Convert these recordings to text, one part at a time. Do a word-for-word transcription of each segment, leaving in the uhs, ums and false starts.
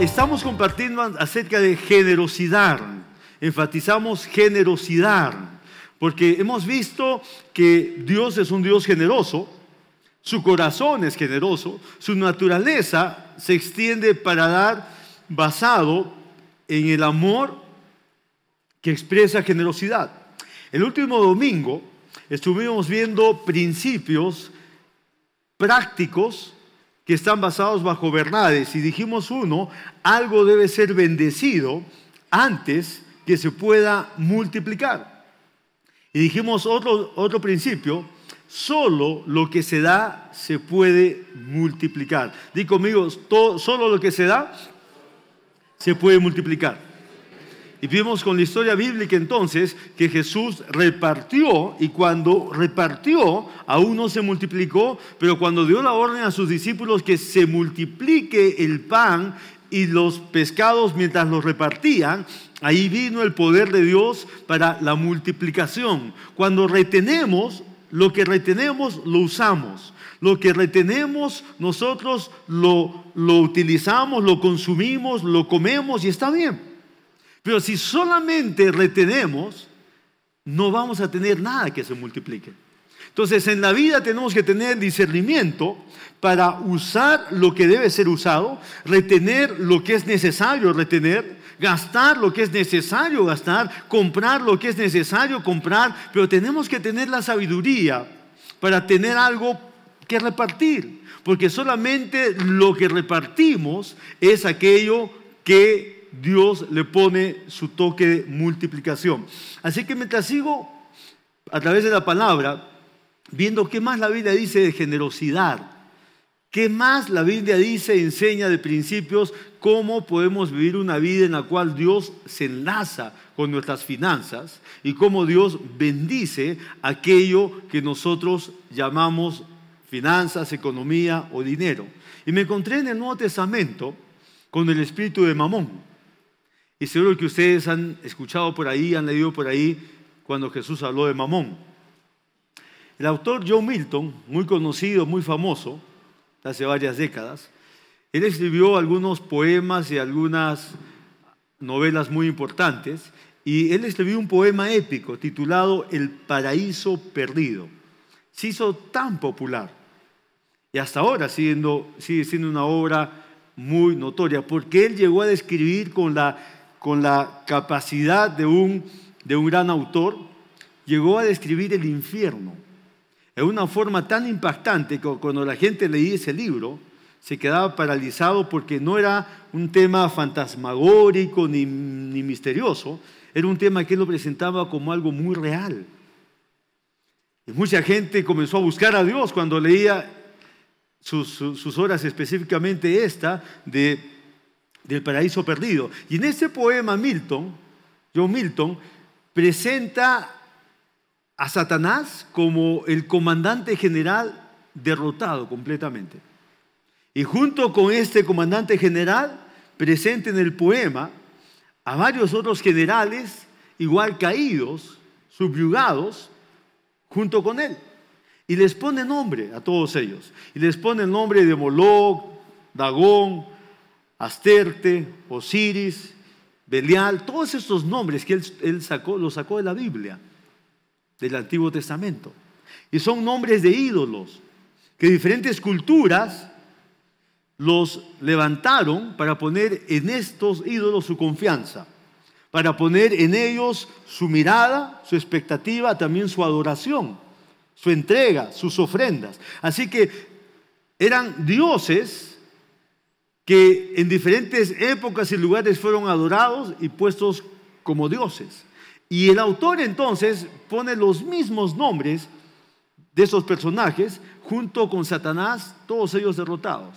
estamos compartiendo acerca de generosidad. Enfatizamos generosidad, porque hemos visto que Dios es un Dios generoso, su corazón es generoso, su naturaleza se extiende para dar basado en el amor que expresa generosidad. El último domingo estuvimos viendo principios prácticos que están basados bajo verdades y dijimos uno, algo debe ser bendecido antes que se pueda multiplicar. Y dijimos otro, otro principio, solo lo que se da se puede multiplicar. Di conmigo, todo, solo lo que se da se puede multiplicar. Y vimos con la historia bíblica entonces que Jesús repartió y cuando repartió aún no se multiplicó, pero cuando dio la orden a sus discípulos que se multiplique el pan y los pescados mientras los repartían, ahí vino el poder de Dios para la multiplicación. Cuando retenemos, lo que retenemos lo usamos. Lo que retenemos nosotros lo, lo utilizamos, lo consumimos, lo comemos y está bien. Pero si solamente retenemos, no vamos a tener nada que se multiplique. Entonces, en la vida tenemos que tener discernimiento para usar lo que debe ser usado, retener lo que es necesario retener, gastar lo que es necesario gastar, comprar lo que es necesario comprar, pero tenemos que tener la sabiduría para tener algo que repartir, porque solamente lo que repartimos es aquello que Dios le pone su toque de multiplicación. Así que mientras sigo a través de la palabra, viendo qué más la Biblia dice de generosidad, qué más la Biblia dice, enseña de principios, cómo podemos vivir una vida en la cual Dios se enlaza con nuestras finanzas y cómo Dios bendice aquello que nosotros llamamos finanzas, economía o dinero. Y me encontré en el Nuevo Testamento con el espíritu de Mamón. Y seguro que ustedes han escuchado por ahí, han leído por ahí cuando Jesús habló de Mamón. El autor John Milton, muy conocido, muy famoso, hace varias décadas, él escribió algunos poemas y algunas novelas muy importantes, y él escribió un poema épico titulado El Paraíso Perdido. Se hizo tan popular, y hasta ahora siendo, sigue siendo una obra muy notoria, porque él llegó a describir con la con la capacidad de un, de un gran autor, llegó a describir el infierno en una forma tan impactante que cuando la gente leía ese libro se quedaba paralizado porque no era un tema fantasmagórico ni, ni misterioso, era un tema que él lo presentaba como algo muy real. Y mucha gente comenzó a buscar a Dios cuando leía sus, sus, sus obras, específicamente esta de del paraíso perdido. Y en ese poema Milton, John Milton, presenta a Satanás como el comandante general derrotado completamente. Y junto con este comandante general, presenta en el poema a varios otros generales igual caídos, subyugados, junto con él. Y les pone nombre a todos ellos. Y les pone el nombre de Moloch, Dagón, Asterte, Osiris, Belial, todos estos nombres que él, él sacó, los sacó de la Biblia, del Antiguo Testamento. Y son nombres de ídolos que diferentes culturas los levantaron para poner en estos ídolos su confianza, para poner en ellos su mirada, su expectativa, también su adoración, su entrega, sus ofrendas. Así que eran dioses que en diferentes épocas y lugares fueron adorados y puestos como dioses. Y el autor entonces pone los mismos nombres de esos personajes junto con Satanás, todos ellos derrotados.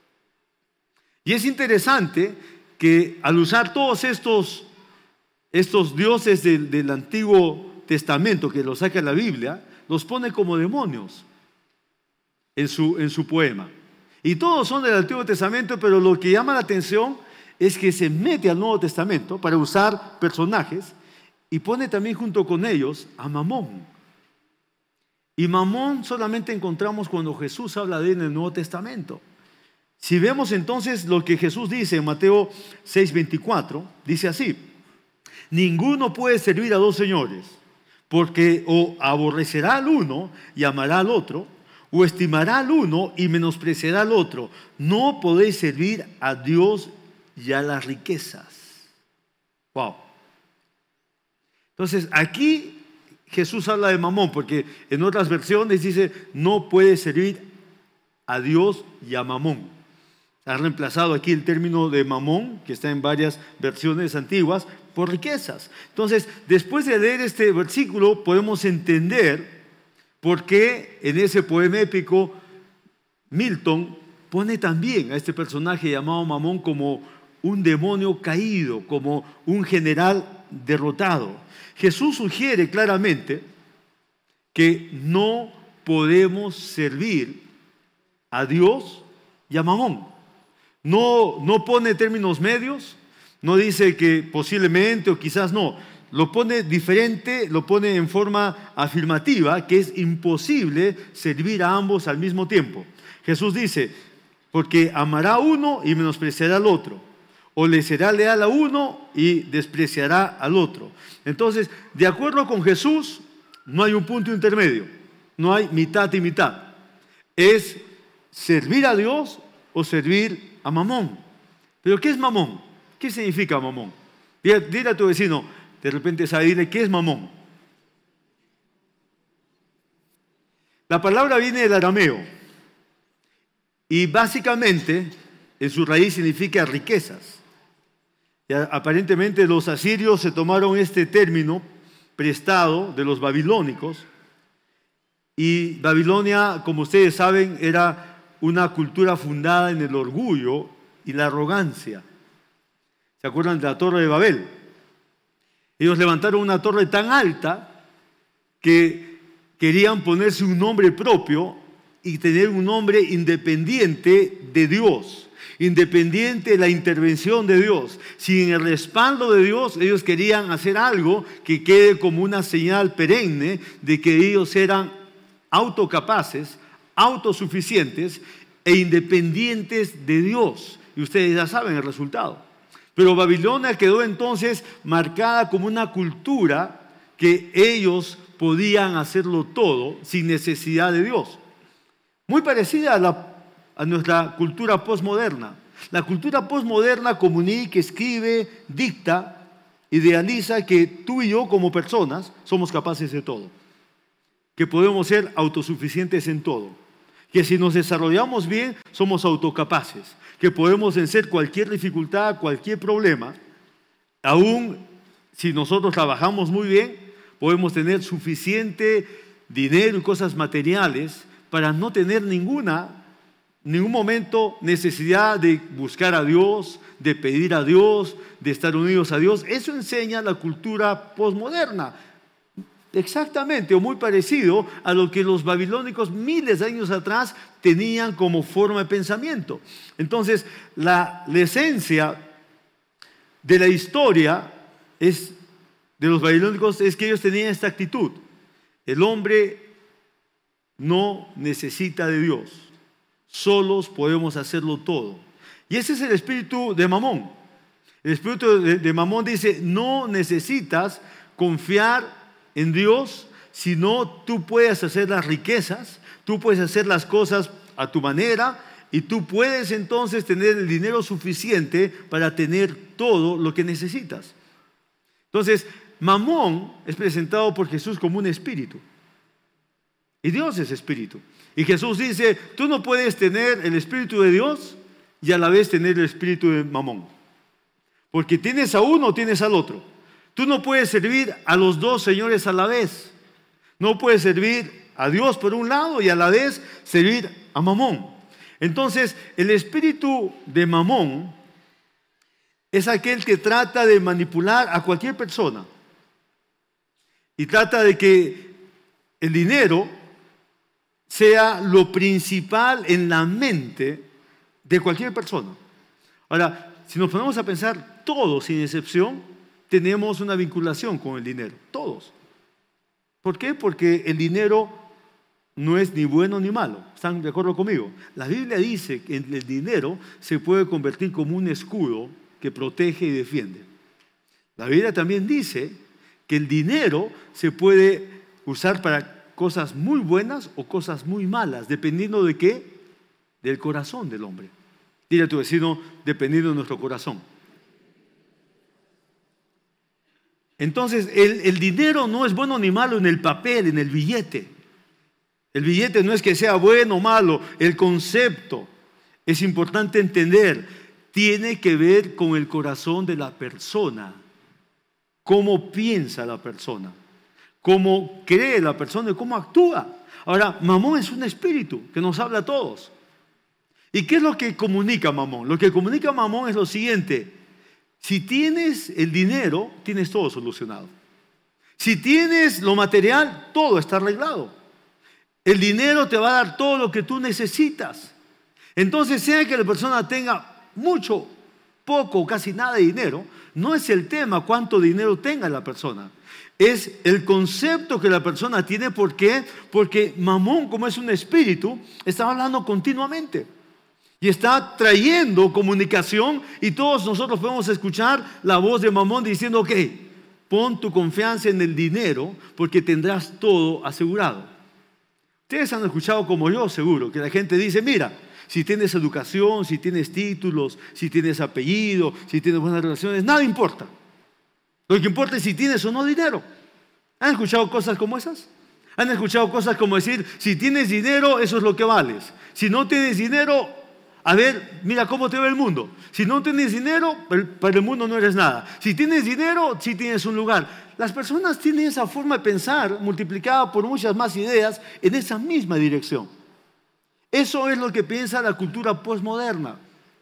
Y es interesante que al usar todos estos, estos dioses del, del Antiguo Testamento que los saca en la Biblia, los pone como demonios en su, en su poema. Y todos son del Antiguo Testamento, pero lo que llama la atención es que se mete al Nuevo Testamento para usar personajes y pone también junto con ellos a Mamón. Y Mamón solamente encontramos cuando Jesús habla de él en el Nuevo Testamento. Si vemos entonces lo que Jesús dice en Mateo seis veinticuatro, dice así: ninguno puede servir a dos señores, porque o aborrecerá al uno y amará al otro, o estimará al uno y menospreciará al otro. No podéis servir a Dios y a las riquezas. Wow. Entonces aquí Jesús habla de mamón, porque en otras versiones dice no puede servir a Dios y a mamón. Ha reemplazado aquí el término de mamón, que está en varias versiones antiguas, por riquezas. Entonces, después de leer este versículo, podemos entender por qué en ese poema épico Milton pone también a este personaje llamado Mamón como un demonio caído, como un general derrotado. Jesús sugiere claramente que no podemos servir a Dios y a Mamón. No, no pone términos medios, no dice que posiblemente o quizás no, lo pone diferente, lo pone en forma afirmativa, que es imposible servir a ambos al mismo tiempo. Jesús dice, porque amará a uno y menospreciará al otro, o le será leal a uno y despreciará al otro. Entonces, de acuerdo con Jesús, no hay un punto intermedio, no hay mitad y mitad. Es servir a Dios o servir a Mamón. ¿Pero qué es Mamón? ¿Qué significa Mamón? Dile, dile a tu vecino, de repente sabe, dile, ¿qué es Mamón? La palabra viene del arameo y básicamente en su raíz significa riquezas. Y aparentemente los asirios se tomaron este término prestado de los babilónicos, y Babilonia, como ustedes saben, era una cultura fundada en el orgullo y la arrogancia. ¿Se acuerdan de la Torre de Babel? Ellos levantaron una torre tan alta que querían ponerse un nombre propio y tener un nombre independiente de Dios, independiente de la intervención de Dios. Sin el respaldo de Dios, ellos querían hacer algo que quede como una señal perenne de que ellos eran autocapaces, autosuficientes e independientes de Dios. Y ustedes ya saben el resultado. Pero Babilonia quedó entonces marcada como una cultura que ellos podían hacerlo todo sin necesidad de Dios. Muy parecida a, la, a nuestra cultura postmoderna. La cultura postmoderna comunica, escribe, dicta, idealiza que tú y yo como personas somos capaces de todo. Que podemos ser autosuficientes en todo, que si nos desarrollamos bien somos autocapaces, que podemos vencer cualquier dificultad, cualquier problema, aún si nosotros trabajamos muy bien, podemos tener suficiente dinero y cosas materiales para no tener ninguna, ningún momento necesidad de buscar a Dios, de pedir a Dios, de estar unidos a Dios. Eso enseña la cultura postmoderna. Exactamente, o muy parecido a lo que los babilónicos miles de años atrás tenían como forma de pensamiento. Entonces, la, la esencia de la historia es, de los babilónicos es que ellos tenían esta actitud. El hombre no necesita de Dios, solos podemos hacerlo todo. Y ese es el espíritu de Mamón. El espíritu de, de Mamón dice, no necesitas confiar en Dios, sino tú puedes hacer las riquezas, tú puedes hacer las cosas a tu manera y tú puedes entonces tener el dinero suficiente para tener todo lo que necesitas. Entonces, Mamón es presentado por Jesús como un espíritu y Dios es espíritu. Y Jesús dice, tú no puedes tener el espíritu de Dios y a la vez tener el espíritu de Mamón, porque tienes a uno o tienes al otro. Tú no puedes servir a los dos señores a la vez. No puedes servir a Dios por un lado y a la vez servir a Mamón. Entonces, el espíritu de Mamón es aquel que trata de manipular a cualquier persona y trata de que el dinero sea lo principal en la mente de cualquier persona. Ahora, si nos ponemos a pensar, todos sin excepción tenemos una vinculación con el dinero, todos. ¿Por qué? Porque el dinero no es ni bueno ni malo. ¿Están de acuerdo conmigo? La Biblia dice que el dinero se puede convertir como un escudo que protege y defiende. La Biblia también dice que el dinero se puede usar para cosas muy buenas o cosas muy malas, dependiendo de qué, del corazón del hombre. Dile a tu vecino, dependiendo de nuestro corazón. Entonces, el, el dinero no es bueno ni malo en el papel, en el billete. El billete no es que sea bueno o malo, el concepto es importante entender. Tiene que ver con el corazón de la persona, cómo piensa la persona, cómo cree la persona y cómo actúa. Ahora, Mamón es un espíritu que nos habla a todos. ¿Y qué es lo que comunica Mamón? Lo que comunica Mamón es lo siguiente: si tienes el dinero, tienes todo solucionado. Si tienes lo material, todo está arreglado. El dinero te va a dar todo lo que tú necesitas. Entonces, sea que la persona tenga mucho, poco, casi nada de dinero, no es el tema cuánto dinero tenga la persona. Es el concepto que la persona tiene. ¿Por qué? Porque Mamón, como es un espíritu, está hablando continuamente. Y está trayendo comunicación, y todos nosotros podemos escuchar la voz de Mamón diciendo: ok, pon tu confianza en el dinero porque tendrás todo asegurado. Ustedes han escuchado como yo, seguro, que la gente dice: mira, si tienes educación, si tienes títulos, si tienes apellido, si tienes buenas relaciones, nada importa. Lo que importa es si tienes o no dinero. ¿Han escuchado cosas como esas? ¿Han escuchado cosas como decir: si tienes dinero, eso es lo que vales? Si no tienes dinero, a ver, mira cómo te ve el mundo. Si no tienes dinero, para el mundo no eres nada. Si tienes dinero, sí tienes un lugar. Las personas tienen esa forma de pensar multiplicada por muchas más ideas en esa misma dirección. Eso es lo que piensa la cultura postmoderna.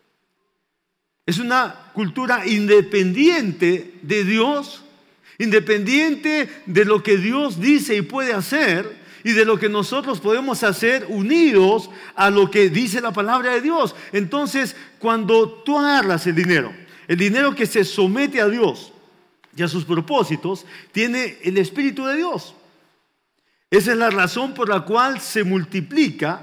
Es una cultura independiente de Dios, independiente de lo que Dios dice y puede hacer, y de lo que nosotros podemos hacer unidos a lo que dice la palabra de Dios. Entonces, cuando tú agarras el dinero, el dinero que se somete a Dios y a sus propósitos, tiene el Espíritu de Dios. Esa es la razón por la cual se multiplica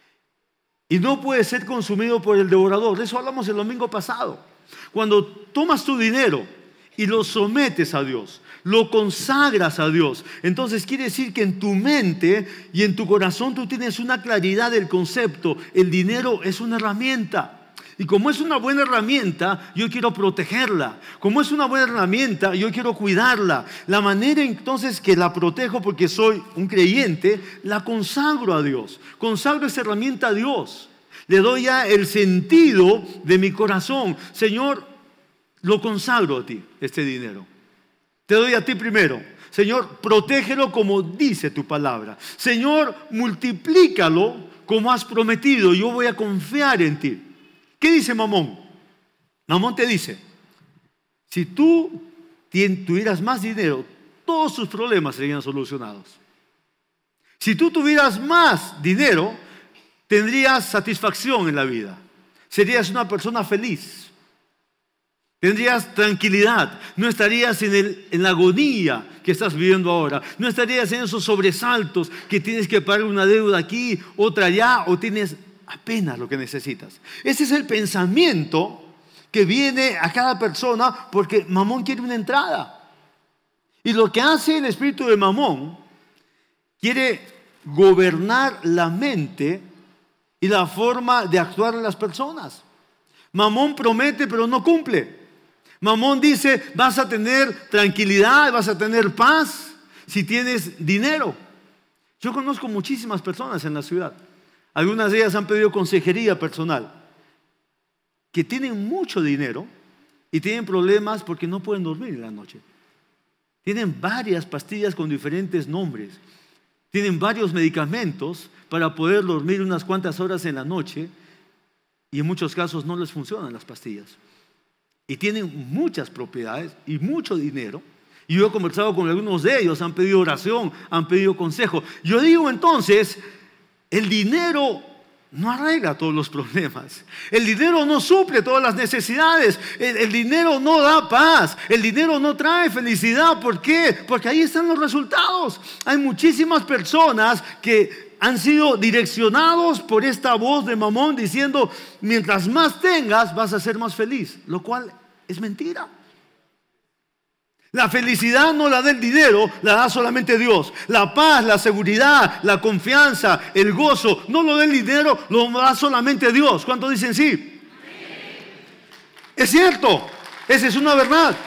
y no puede ser consumido por el devorador. De eso hablamos el domingo pasado. Cuando tomas tu dinero y lo sometes a Dios, lo consagras a Dios, entonces quiere decir que en tu mente y en tu corazón tú tienes una claridad del concepto. El dinero es una herramienta. Y como es una buena herramienta, yo quiero protegerla. Como es una buena herramienta, yo quiero cuidarla. La manera entonces que la protejo, porque soy un creyente, la consagro a Dios. Consagro esa herramienta a Dios. Le doy ya el sentido de mi corazón. Señor, lo consagro a ti, este dinero. Te doy a ti primero. Señor, protégelo como dice tu palabra. Señor, multiplícalo como has prometido. Yo voy a confiar en ti. ¿Qué dice Mamón? Mamón te dice: si tú tuvieras más dinero, todos tus problemas serían solucionados. Si tú tuvieras más dinero, tendrías satisfacción en la vida. Serías una persona feliz. Tendrías tranquilidad. No estarías en, el, en la agonía que estás viviendo ahora. No estarías en esos sobresaltos que tienes que pagar una deuda aquí, otra allá, o tienes apenas lo que necesitas. Ese es el pensamiento que viene a cada persona, porque Mamón quiere una entrada. Y lo que hace el espíritu de Mamón, quiere gobernar la mente y la forma de actuar de las personas. Mamón promete pero no cumple. Mamón dice: vas a tener tranquilidad, vas a tener paz si tienes dinero. Yo conozco muchísimas personas en la ciudad. Algunas de ellas han pedido consejería personal, que tienen mucho dinero y tienen problemas porque no pueden dormir en la noche. Tienen varias pastillas con diferentes nombres. Tienen varios medicamentos para poder dormir unas cuantas horas en la noche, y en muchos casos no les funcionan las pastillas. Y tienen muchas propiedades y mucho dinero. Y yo he conversado con algunos de ellos, han pedido oración, han pedido consejo. Yo digo entonces, el dinero no arregla todos los problemas. El dinero no suple todas las necesidades. El, el dinero no da paz. El dinero no trae felicidad. ¿Por qué? Porque ahí están los resultados. Hay muchísimas personas que han sido direccionados por esta voz de Mamón diciendo, mientras más tengas vas a ser más feliz, lo cual es mentira. La felicidad no la da el dinero, la da solamente Dios. La paz, la seguridad, la confianza, el gozo, no lo da el dinero, lo da solamente Dios. ¿Cuántos dicen sí? Sí. Es cierto, esa es una verdad.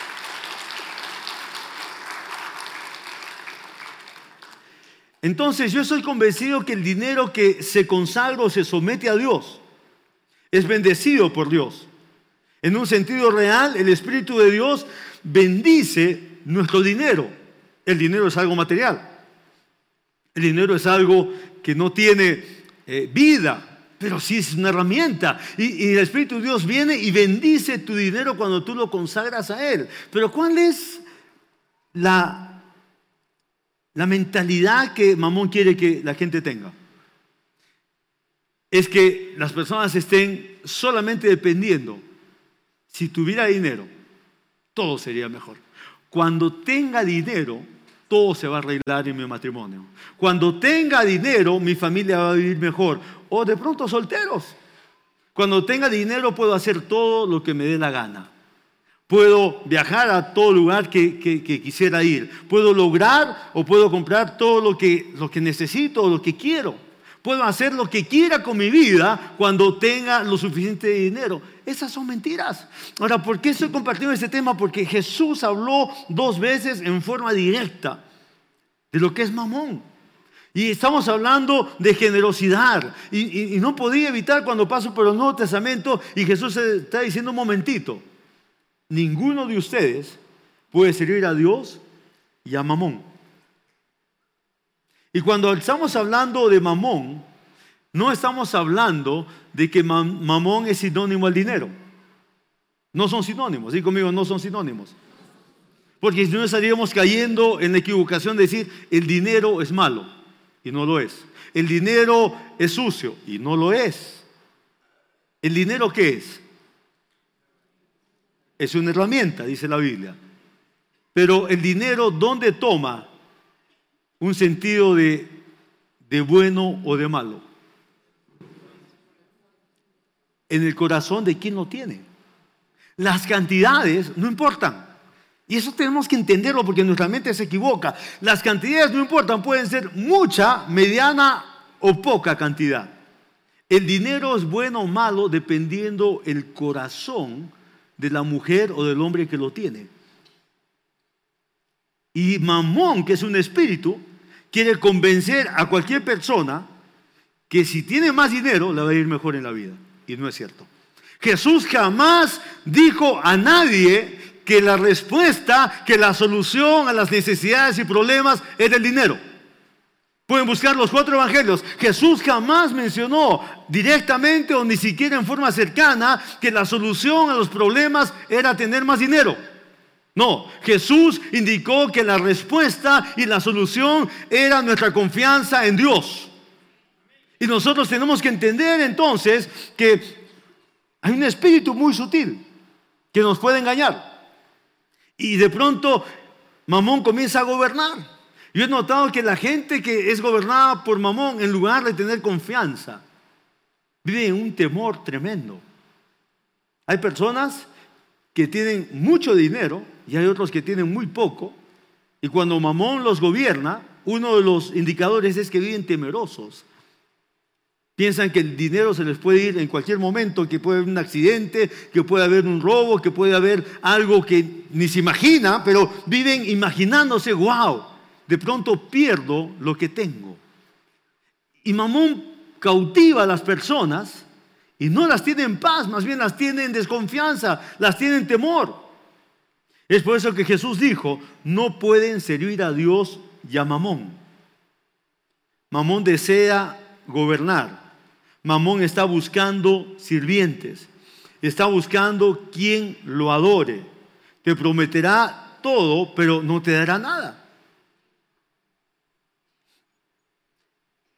Entonces yo estoy convencido que el dinero que se consagra o se somete a Dios es bendecido por Dios. En un sentido real, el Espíritu de Dios bendice nuestro dinero. El dinero es algo material. El dinero es algo que no tiene eh, vida, pero sí es una herramienta. Y, y el Espíritu de Dios viene y bendice tu dinero cuando tú lo consagras a Él. Pero ¿cuál es la, la mentalidad que Mamón quiere que la gente tenga? Es que las personas estén solamente dependiendo. Si tuviera dinero, todo sería mejor. Cuando tenga dinero, todo se va a arreglar en mi matrimonio. Cuando tenga dinero, mi familia va a vivir mejor. O de pronto solteros. Cuando tenga dinero puedo hacer todo lo que me dé la gana. Puedo viajar a todo lugar que, que, que quisiera ir. Puedo lograr o puedo comprar todo lo que, lo que necesito o lo que quiero. Puedo hacer lo que quiera con mi vida cuando tenga lo suficiente de dinero. Esas son mentiras. Ahora, ¿por qué estoy compartiendo este tema? Porque Jesús habló dos veces en forma directa de lo que es Mamón. Y estamos hablando de generosidad. Y, y, y no podía evitar cuando paso por el Nuevo Testamento y Jesús está diciendo un momentito. Ninguno de ustedes puede servir a Dios y a Mamón. Y cuando estamos hablando de Mamón, no estamos hablando de que Mamón es sinónimo al dinero. No son sinónimos. Diga conmigo, no son sinónimos. Porque si no estaríamos cayendo en la equivocación de decir el dinero es malo. Y no lo es. El dinero es sucio. Y no lo es. ¿El dinero qué es? Es una herramienta, dice la Biblia. Pero el dinero, ¿dónde toma un sentido de, de bueno o de malo? En el corazón de quien lo tiene. Las cantidades no importan. Y eso tenemos que entenderlo porque nuestra mente se equivoca. Las cantidades no importan, pueden ser mucha, mediana o poca cantidad. El dinero es bueno o malo dependiendo el corazón de la mujer o del hombre que lo tiene. Y Mamón, que es un espíritu, quiere convencer a cualquier persona que si tiene más dinero le va a ir mejor en la vida. Y no es cierto. Jesús jamás dijo a nadie que la respuesta, que la solución a las necesidades y problemas es el dinero. Pueden buscar los cuatro evangelios. Jesús jamás mencionó directamente o ni siquiera en forma cercana que la solución a los problemas era tener más dinero. No, Jesús indicó que la respuesta y la solución era nuestra confianza en Dios. Y nosotros tenemos que entender entonces que hay un espíritu muy sutil que nos puede engañar. Y de pronto Mamón comienza a gobernar. Yo he notado que la gente que es gobernada por Mamón, en lugar de tener confianza, vive en un temor tremendo. Hay personas que tienen mucho dinero y hay otros que tienen muy poco. Y cuando Mamón los gobierna, uno de los indicadores es que viven temerosos. Piensan que el dinero se les puede ir en cualquier momento, que puede haber un accidente, que puede haber un robo, que puede haber algo que ni se imagina, pero viven imaginándose, wow, de pronto pierdo lo que tengo. Y Mamón cautiva a las personas y no las tiene en paz, más bien las tiene en desconfianza, las tiene en temor. Es por eso que Jesús dijo, no pueden servir a Dios y a Mamón. Mamón desea gobernar. Mamón está buscando sirvientes, está buscando quien lo adore. Te prometerá todo, pero no te dará nada.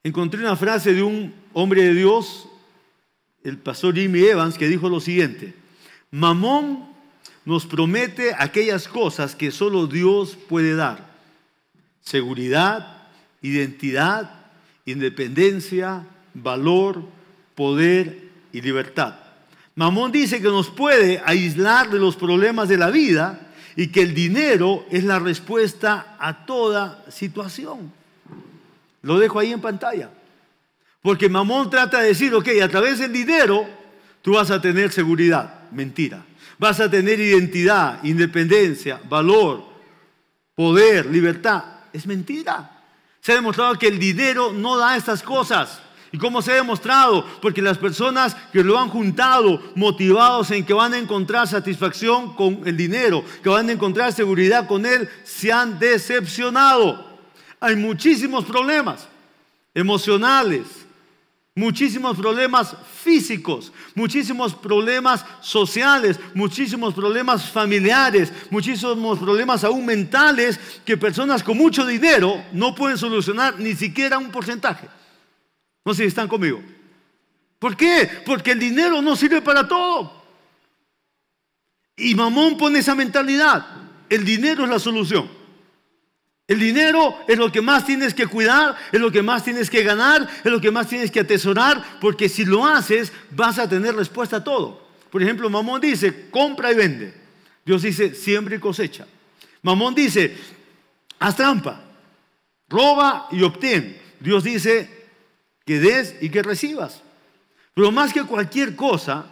encontré una frase de un hombre de Dios, el pastor Jimmy Evans, que dijo lo siguiente: Mamón nos promete aquellas cosas que solo Dios puede dar: seguridad, identidad, independencia, valor, poder y libertad. Mamón dice que nos puede aislar de los problemas de la vida y que el dinero es la respuesta a toda situación. Lo dejo ahí en pantalla. Porque Mamón trata de decir, ok, a través del dinero tú vas a tener seguridad. Mentira. Vas a tener identidad, independencia, valor, poder, libertad. Es mentira. Se ha demostrado que el dinero no da estas cosas. ¿Y cómo se ha demostrado? Porque las personas que lo han juntado, motivados en que van a encontrar satisfacción con el dinero, que van a encontrar seguridad con él, se han decepcionado. Hay muchísimos problemas emocionales, muchísimos problemas físicos, muchísimos problemas sociales, muchísimos problemas familiares, muchísimos problemas aún mentales que personas con mucho dinero no pueden solucionar ni siquiera un porcentaje. No sé si están conmigo. ¿Por qué? Porque el dinero no sirve para todo. Y Mamón pone esa mentalidad. El dinero es la solución. El dinero es lo que más tienes que cuidar, es lo que más tienes que ganar, es lo que más tienes que atesorar, porque si lo haces vas a tener respuesta a todo. Por ejemplo, Mamón dice, compra y vende. Dios dice, siembra y cosecha. Mamón dice, haz trampa, roba y obtén. Dios dice, que des y que recibas. Pero más que cualquier cosa,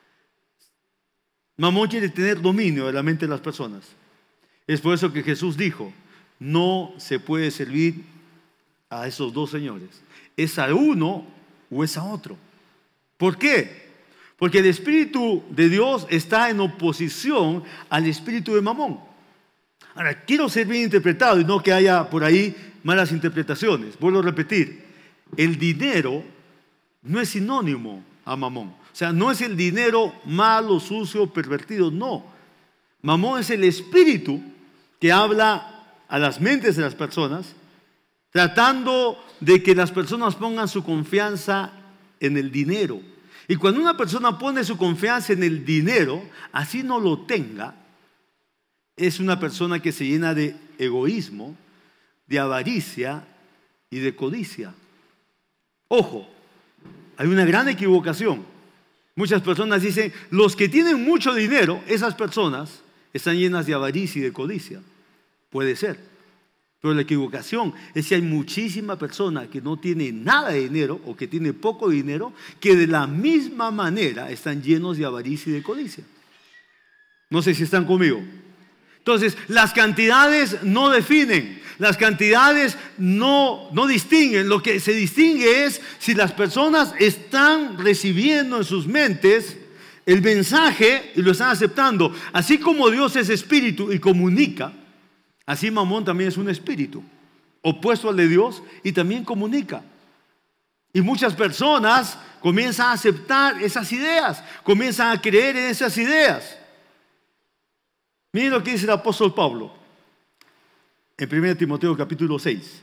Mamón quiere tener dominio de la mente de las personas. Es por eso que Jesús dijo, no se puede servir a esos dos señores. Es a uno o es a otro. ¿Por qué? Porque el Espíritu de Dios está en oposición al Espíritu de Mamón. Ahora, quiero ser bien interpretado y no que haya por ahí malas interpretaciones. Vuelvo a repetir. El dinero no es sinónimo a Mamón. O sea, no es el dinero malo, sucio, pervertido, no. Mamón es el espíritu que habla a las mentes de las personas, tratando de que las personas pongan su confianza en el dinero. Y cuando una persona pone su confianza en el dinero, así no lo tenga, es una persona que se llena de egoísmo, de avaricia y de codicia. Ojo, hay una gran equivocación. Muchas personas dicen, los que tienen mucho dinero, esas personas están llenas de avaricia y de codicia. Puede ser. Pero la equivocación es que hay muchísima persona que no tiene nada de dinero o que tiene poco dinero, que de la misma manera están llenos de avaricia y de codicia. No sé si están conmigo. Entonces, las cantidades no definen, las cantidades no, no distinguen. Lo que se distingue es si las personas están recibiendo en sus mentes el mensaje y lo están aceptando. Así como Dios es espíritu y comunica, así Mamón también es un espíritu opuesto al de Dios y también comunica. Y muchas personas comienzan a aceptar esas ideas, comienzan a creer en esas ideas. Miren lo que dice el apóstol Pablo en primera Timoteo capítulo seis.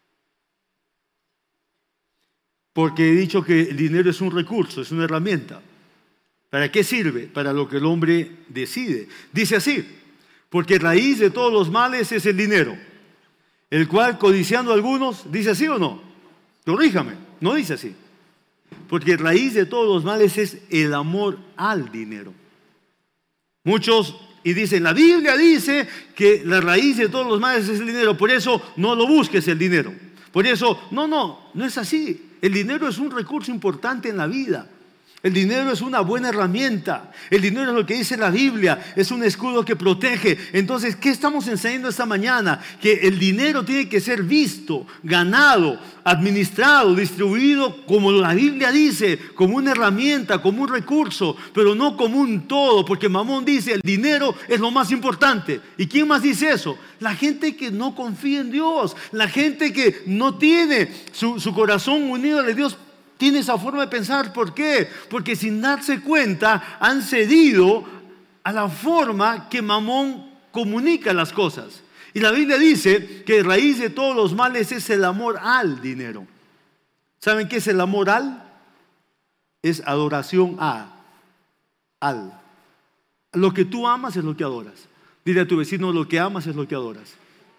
Porque he dicho que el dinero es un recurso, es una herramienta. ¿Para qué sirve? Para lo que el hombre decide. Dice así, porque raíz de todos los males es el dinero, el cual codiciando a algunos, ¿dice así o no? Corríjame, no dice así. Porque raíz de todos los males es el amor al dinero. Muchos y dicen, la Biblia dice que la raíz de todos los males es el dinero, por eso no lo busques el dinero. Por eso, no, no, no es así. El dinero es un recurso importante en la vida. El dinero es una buena herramienta. El dinero es lo que dice la Biblia. Es un escudo que protege. Entonces, ¿qué estamos enseñando esta mañana? Que el dinero tiene que ser visto, ganado, administrado, distribuido como la Biblia dice, como una herramienta, como un recurso, pero no como un todo, porque Mamón dice, el dinero es lo más importante. ¿Y quién más dice eso? La gente que no confía en Dios, la gente que no tiene su, su corazón unido a Dios, tiene esa forma de pensar. ¿Por qué? Porque sin darse cuenta han cedido a la forma que Mamón comunica las cosas. Y la Biblia dice que raíz de todos los males es el amor al dinero. ¿Saben qué es el amor al? Es adoración a, al. Lo que tú amas es lo que adoras. Dile a tu vecino, lo que amas es lo que adoras.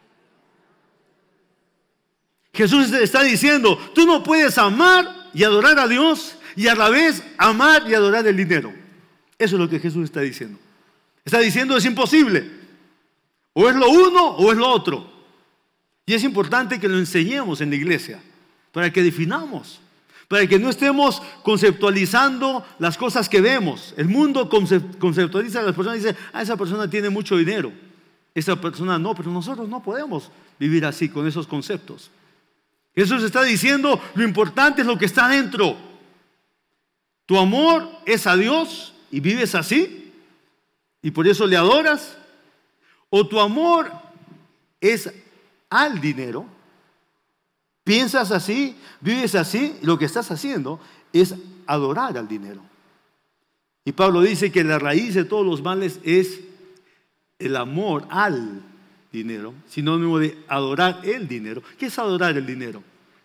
Jesús está diciendo, tú no puedes amar y adorar a Dios y a la vez amar y adorar el dinero. Eso es lo que Jesús está diciendo. Está diciendo, es imposible. O es lo uno o es lo otro. Y es importante que lo enseñemos en la iglesia, para que definamos, para que no estemos conceptualizando las cosas que vemos. El mundo conceptualiza a las personas y dice, ah, esa persona tiene mucho dinero, esa persona no, pero nosotros no podemos vivir así con esos conceptos. Jesús está diciendo, lo importante es lo que está dentro. Tu amor es a Dios y vives así, y por eso le adoras, o tu amor es al dinero. Piensas así, vives así, y lo que estás haciendo es adorar al dinero. Y Pablo dice que la raíz de todos los males es el amor al dinero, sinónimo de adorar el dinero. ¿Qué es adorar el dinero?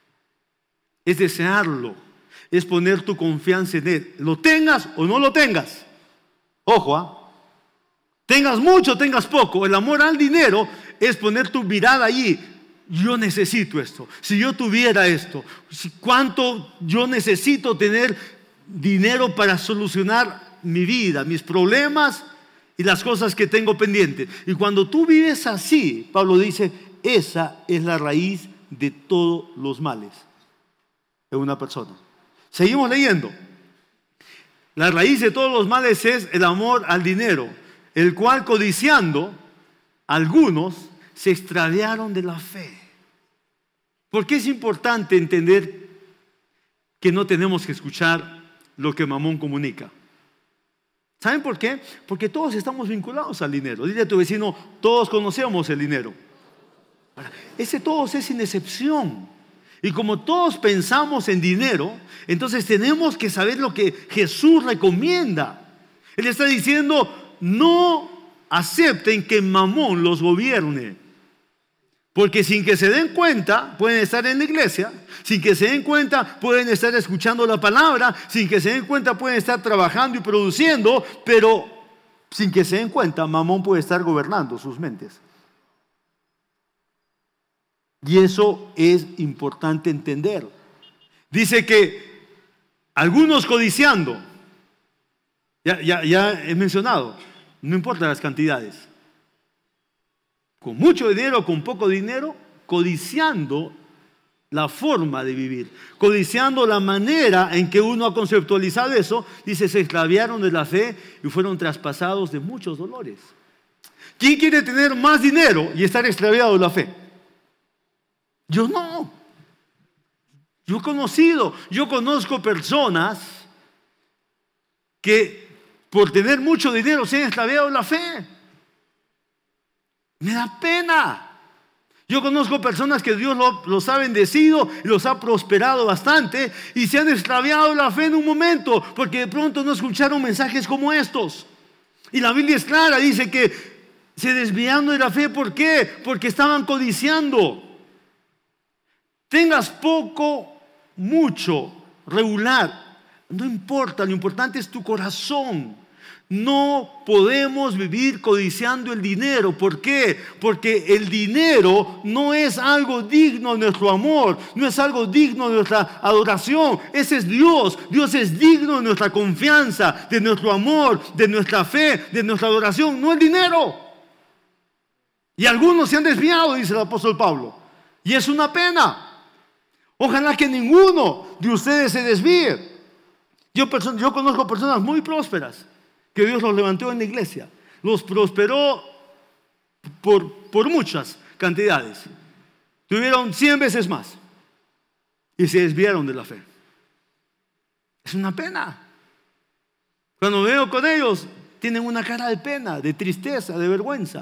Es desearlo, es poner tu confianza en él, lo tengas o no lo tengas. Ojo, ¿ah? Tengas mucho, tengas poco. El amor al dinero es poner tu mirada allí. Yo necesito esto. Si yo tuviera esto, ¿cuánto yo necesito tener dinero para solucionar mi vida, mis problemas y las cosas que tengo pendientes? Y cuando tú vives así, Pablo dice, esa es la raíz de todos los males de una persona. Seguimos leyendo. La raíz de todos los males es el amor al dinero, el cual codiciando algunos se extraviaron de la fe. ¿Por qué es importante entender que no tenemos que escuchar lo que Mamón comunica? ¿Saben por qué? Porque todos estamos vinculados al dinero. Dile a tu vecino, todos conocemos el dinero. Ese todos es sin excepción. Y como todos pensamos en dinero, entonces tenemos que saber lo que Jesús recomienda. Él está diciendo, no acepten que Mamón los gobierne. Porque sin que se den cuenta, pueden estar en la iglesia, sin que se den cuenta, pueden estar escuchando la palabra, sin que se den cuenta, pueden estar trabajando y produciendo, pero sin que se den cuenta, Mamón puede estar gobernando sus mentes. Y eso es importante entender. Dice que algunos codiciando, ya, ya, ya he mencionado, no importa las cantidades, con mucho dinero, con poco dinero, codiciando la forma de vivir, codiciando la manera en que uno ha conceptualizado eso, dice, se extraviaron de la fe y fueron traspasados de muchos dolores. ¿Quién quiere tener más dinero y estar extraviado de la fe? Yo no. Yo he conocido, yo conozco personas que por tener mucho dinero se han extraviado de la fe. Me da pena. Yo conozco personas que Dios los ha bendecido y los ha prosperado bastante y se han extraviado la fe en un momento porque de pronto no escucharon mensajes como estos. Y la Biblia es clara, dice que se desviaron de la fe. ¿Por qué? Porque estaban codiciando. Tengas poco, mucho, regular, no importa, lo importante es tu corazón. No podemos vivir codiciando el dinero. ¿Por qué? Porque el dinero no es algo digno de nuestro amor, no es algo digno de nuestra adoración. Ese es Dios. Dios es digno de nuestra confianza, de nuestro amor, de nuestra fe, de nuestra adoración, no el dinero. Y algunos se han desviado, dice el apóstol Pablo. Y es una pena. Ojalá que ninguno de ustedes se desvíe. Yo, yo conozco personas muy prósperas que Dios los levantó en la iglesia, los prosperó por, por muchas cantidades, tuvieron cien veces más y se desviaron de la fe. Es una pena. Cuando me veo con ellos, tienen una cara de pena, de tristeza, de vergüenza.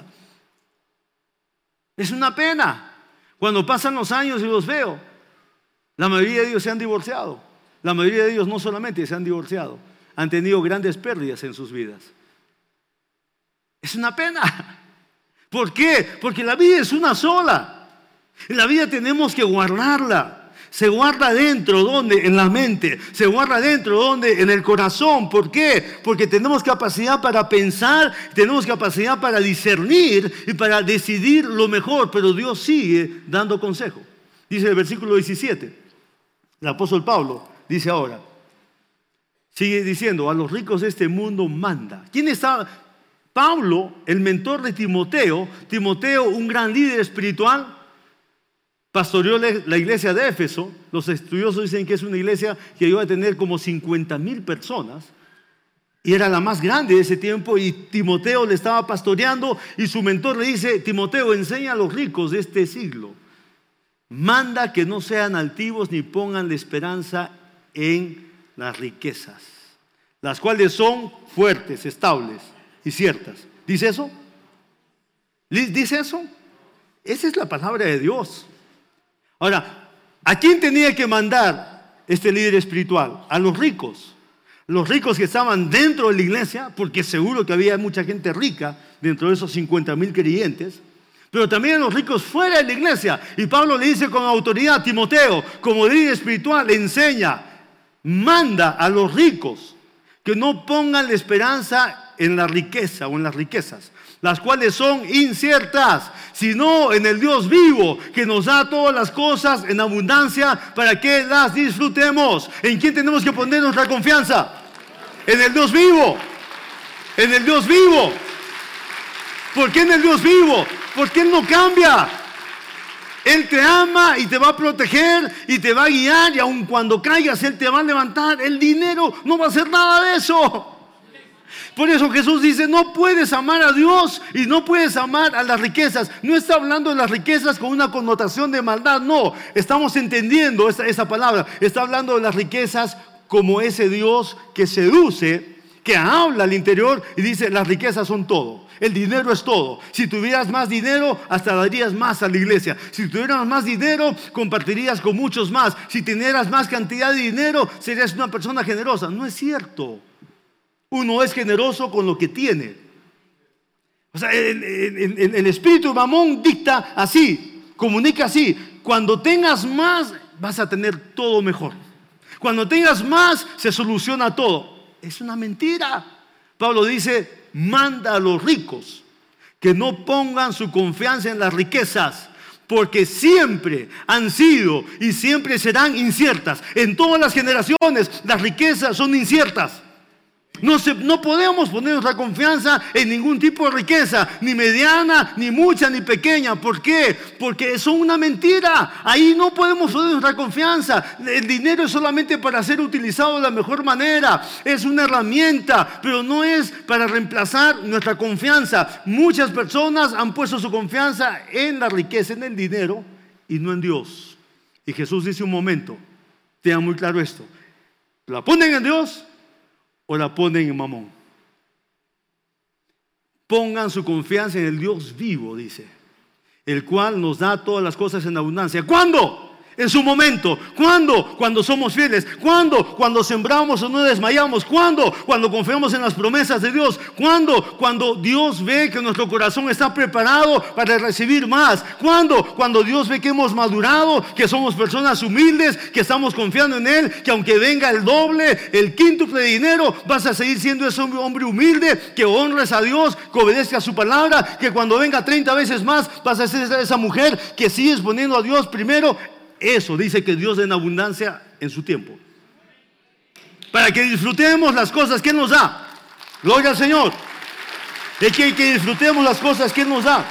Es una pena. Cuando pasan los años y los veo, la mayoría de ellos se han divorciado. La mayoría de ellos no solamente se han divorciado, han tenido grandes pérdidas en sus vidas. Es una pena. ¿Por qué? Porque la vida es una sola. En la vida tenemos que guardarla. Se guarda dentro, ¿dónde? En la mente. Se guarda dentro, ¿dónde? En el corazón. ¿Por qué? Porque tenemos capacidad para pensar, tenemos capacidad para discernir y para decidir lo mejor, pero Dios sigue dando consejo. Dice el versículo diecisiete, el apóstol Pablo dice ahora, sigue diciendo, a los ricos de este mundo manda. ¿Quién está? Pablo, el mentor de Timoteo. Timoteo, un gran líder espiritual, pastoreó la iglesia de Éfeso. Los estudiosos dicen que es una iglesia que iba a tener como cincuenta mil personas y era la más grande de ese tiempo, y Timoteo le estaba pastoreando y su mentor le dice, Timoteo, enseña a los ricos de este siglo, manda que no sean altivos ni pongan la esperanza en las riquezas, las cuales son fuertes, estables y ciertas. ¿Dice eso? ¿Dice eso? Esa es la palabra de Dios. Ahora, ¿a quién tenía que mandar este líder espiritual? A los ricos. Los ricos que estaban dentro de la iglesia, porque seguro que había mucha gente rica dentro de esos cincuenta mil creyentes, pero también a los ricos fuera de la iglesia. Y Pablo le dice con autoridad a Timoteo, como líder espiritual, le enseña, manda a los ricos que no pongan la esperanza en la riqueza o en las riquezas, las cuales son inciertas, sino en el Dios vivo, que nos da todas las cosas en abundancia para que las disfrutemos. ¿En quién tenemos que poner nuestra confianza? En el Dios vivo. En el Dios vivo. ¿Por qué en el Dios vivo? Porque Él no cambia. Él te ama y te va a proteger y te va a guiar, y aun cuando caigas Él te va a levantar. El dinero no va a hacer nada de eso. Por eso Jesús dice, no puedes amar a Dios y no puedes amar a las riquezas. No está hablando de las riquezas con una connotación de maldad, no. Estamos entendiendo esa, esa palabra. Está hablando de las riquezas como ese Dios que seduce, que habla al interior y dice, las riquezas son todo. El dinero es todo. Si tuvieras más dinero, hasta darías más a la iglesia. Si tuvieras más dinero, compartirías con muchos más. Si tuvieras más cantidad de dinero, serías una persona generosa. No es cierto. Uno es generoso con lo que tiene. O sea, el, el, el, el espíritu de Mamón dicta así, comunica así. Cuando tengas más, vas a tener todo mejor. Cuando tengas más, se soluciona todo. Es una mentira. Pablo dice, manda a los ricos que no pongan su confianza en las riquezas, porque siempre han sido y siempre serán inciertas. En todas las generaciones, las riquezas son inciertas. No, se, no podemos poner nuestra confianza en ningún tipo de riqueza, ni mediana, ni mucha, ni pequeña. ¿Por qué? Porque son una mentira. Ahí no podemos poner nuestra confianza. El dinero es solamente para ser utilizado de la mejor manera. Es una herramienta, pero no es para reemplazar nuestra confianza. Muchas personas han puesto su confianza en la riqueza, en el dinero, y no en Dios. Y Jesús dice un momento, tengan muy claro esto, la ponen en Dios o la ponen en Mamón. Pongan su confianza en el Dios vivo, dice, el cual nos da todas las cosas en abundancia. ¿Cuándo? En su momento. ¿Cuándo? Cuando somos fieles. ¿Cuándo? Cuando sembramos o no desmayamos. ¿Cuándo? Cuando confiamos en las promesas de Dios. ¿Cuándo? Cuando Dios ve que nuestro corazón está preparado para recibir más. ¿Cuándo? Cuando Dios ve que hemos madurado, que somos personas humildes, que estamos confiando en Él, que aunque venga el doble, el quíntuple de dinero, vas a seguir siendo ese hombre humilde, que honres a Dios, que obedezca a su palabra, que cuando venga treinta veces más, vas a ser esa mujer que sigues poniendo a Dios primero. Eso dice que Dios da en abundancia en su tiempo, para que disfrutemos las cosas que Él nos da. Gloria al Señor. Es que, que disfrutemos las cosas que Él nos da.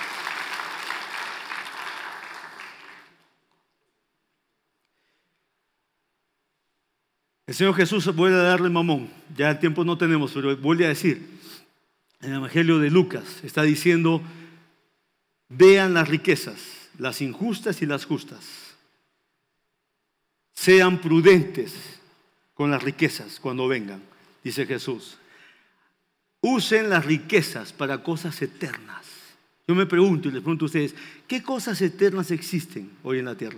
El Señor Jesús vuelve a darle Mamón. Ya el tiempo no tenemos, pero vuelve a decir en el Evangelio de Lucas, está diciendo, vean las riquezas, las injustas y las justas. Sean prudentes con las riquezas cuando vengan, dice Jesús. Usen las riquezas para cosas eternas. Yo me pregunto y les pregunto a ustedes, ¿qué cosas eternas existen hoy en la tierra?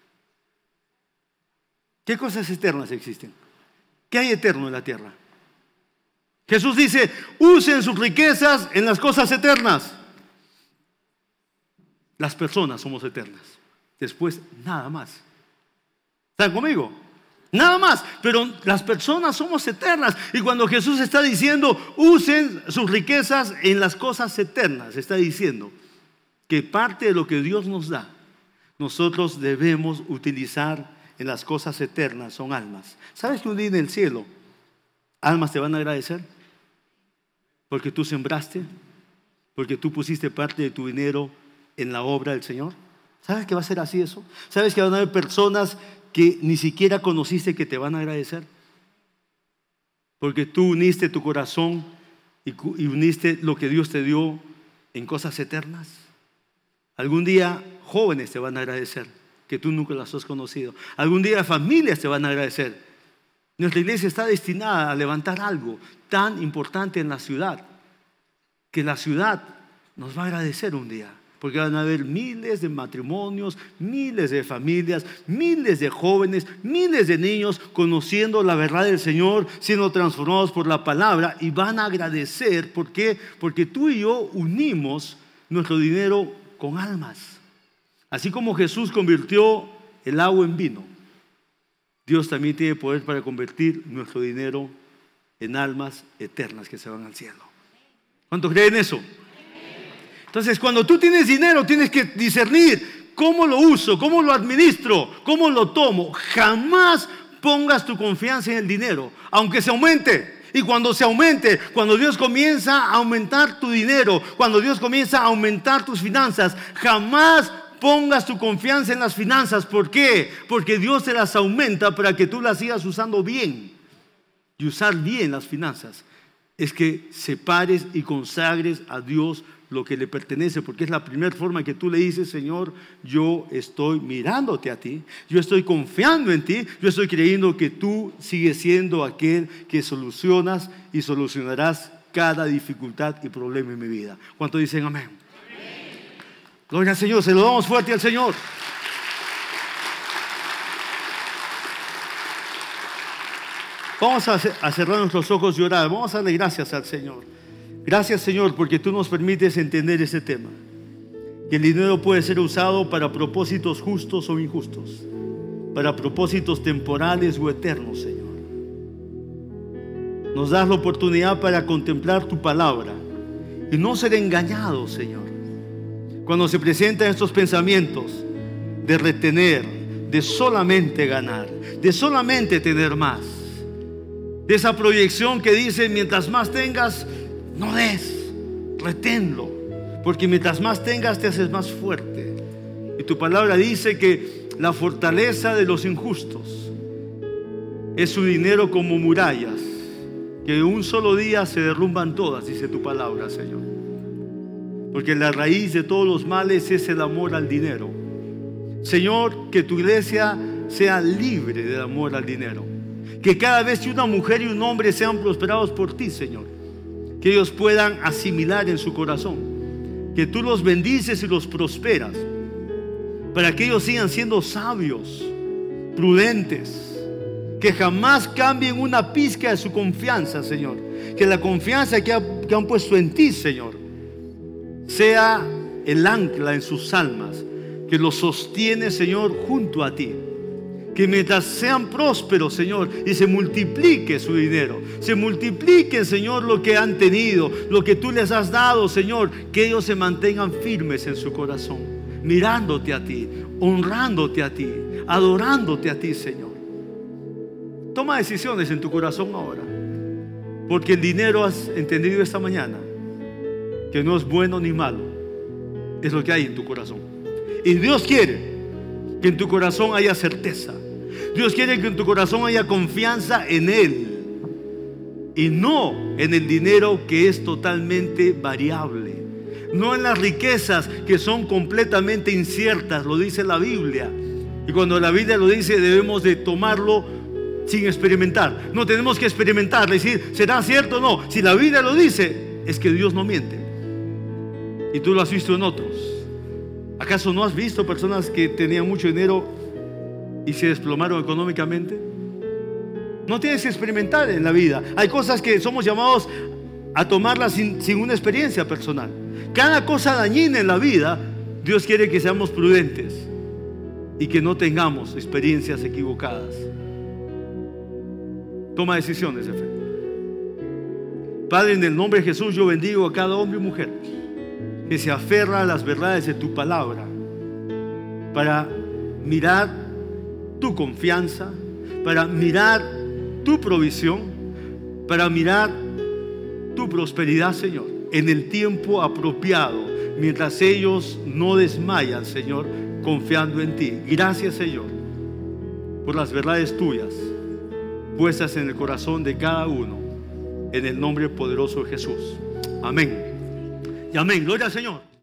¿Qué cosas eternas existen? ¿Qué hay eterno en la tierra? Jesús dice, usen sus riquezas en las cosas eternas. Las personas somos eternas. Después, nada más. ¿Están conmigo? Nada más, pero las personas somos eternas. Y cuando Jesús está diciendo, usen sus riquezas en las cosas eternas, está diciendo que parte de lo que Dios nos da, nosotros debemos utilizar en las cosas eternas, son almas. ¿Sabes que un día en el cielo, almas te van a agradecer? Porque tú sembraste, porque tú pusiste parte de tu dinero en la obra del Señor. ¿Sabes que va a ser así eso? ¿Sabes que van a haber personas que ni siquiera conociste que te van a agradecer? Porque tú uniste tu corazón y uniste lo que Dios te dio en cosas eternas. Algún día jóvenes te van a agradecer que tú nunca las has conocido. Algún día familias te van a agradecer. Nuestra iglesia está destinada a levantar algo tan importante en la ciudad, que la ciudad nos va a agradecer un día. Porque van a haber miles de matrimonios, miles de familias, miles de jóvenes, miles de niños conociendo la verdad del Señor, siendo transformados por la palabra, y van a agradecer. ¿Por qué? Porque tú y yo unimos nuestro dinero con almas. Así como Jesús convirtió el agua en vino, Dios también tiene poder para convertir nuestro dinero en almas eternas que se van al cielo. ¿Cuántos creen eso? Entonces, cuando tú tienes dinero, tienes que discernir cómo lo uso, cómo lo administro, cómo lo tomo. Jamás pongas tu confianza en el dinero, aunque se aumente. Y cuando se aumente, cuando Dios comienza a aumentar tu dinero, cuando Dios comienza a aumentar tus finanzas, jamás pongas tu confianza en las finanzas. ¿Por qué? Porque Dios te las aumenta para que tú las sigas usando bien. Y usar bien las finanzas es que separes y consagres a Dios lo que le pertenece, porque es la primera forma que tú le dices: Señor, yo estoy mirándote a ti, yo estoy confiando en ti, yo estoy creyendo que tú sigues siendo aquel que solucionas y solucionarás cada dificultad y problema en mi vida. ¿Cuántos dicen amén? Amén. Gloria al Señor, se lo damos fuerte al Señor. Vamos a cerrar nuestros ojos y orar. Vamos a darle gracias al Señor. Gracias, Señor, porque tú nos permites entender ese tema. Que el dinero puede ser usado para propósitos justos o injustos, para propósitos temporales o eternos, Señor. Nos das la oportunidad para contemplar tu palabra y no ser engañados, Señor. Cuando se presentan estos pensamientos de retener, de solamente ganar, de solamente tener más, de esa proyección que dice: mientras más tengas, no des, reténlo, porque mientras más tengas te haces más fuerte. Y tu palabra dice que la fortaleza de los injustos es su dinero como murallas, que en un solo día se derrumban todas, dice tu palabra, Señor. Porque la raíz de todos los males es el amor al dinero. Señor, que tu iglesia sea libre del amor al dinero. Que cada vez que una mujer y un hombre sean prosperados por ti, Señor, que ellos puedan asimilar en su corazón que tú los bendices y los prosperas, para que ellos sigan siendo sabios, prudentes, que jamás cambien una pizca de su confianza, Señor. Que la confianza que, ha, que han puesto en ti, Señor, sea el ancla en sus almas, que los sostiene, Señor, junto a ti. Que mientras sean prósperos, Señor, y se multiplique su dinero, se multiplique, Señor, lo que han tenido, lo que tú les has dado, Señor, que ellos se mantengan firmes en su corazón, mirándote a ti, honrándote a ti, adorándote a ti, Señor. Toma decisiones en tu corazón ahora, porque el dinero, has entendido esta mañana, que no es bueno ni malo, es lo que hay en tu corazón. Y Dios quiere que en tu corazón haya certeza. Dios quiere que en tu corazón haya confianza en Él y no en el dinero, que es totalmente variable, no en las riquezas que son completamente inciertas, lo dice la Biblia. Y cuando la Biblia lo dice, debemos de tomarlo sin experimentar. No tenemos que experimentar, decir, ¿será cierto o no? Si la Biblia lo dice, es que Dios no miente. Y tú lo has visto en otros. ¿Acaso no has visto personas que tenían mucho dinero y se desplomaron económicamente? No tienes que experimentar en la vida. Hay cosas que somos llamados a tomarlas sin, sin una experiencia personal. Cada cosa dañina en la vida, Dios quiere que seamos prudentes. y que no tengamos experiencias equivocadas. Toma decisiones de fe. Padre, en el nombre de Jesús yo bendigo a cada hombre y mujer que se aferra a las verdades de tu palabra para mirar tu confianza, para mirar tu provisión, para mirar tu prosperidad, Señor, en el tiempo apropiado, mientras ellos no desmayan, Señor, confiando en ti. Gracias, Señor, por las verdades tuyas puestas en el corazón de cada uno, en el nombre poderoso de Jesús. Amén y amén. Gloria al Señor.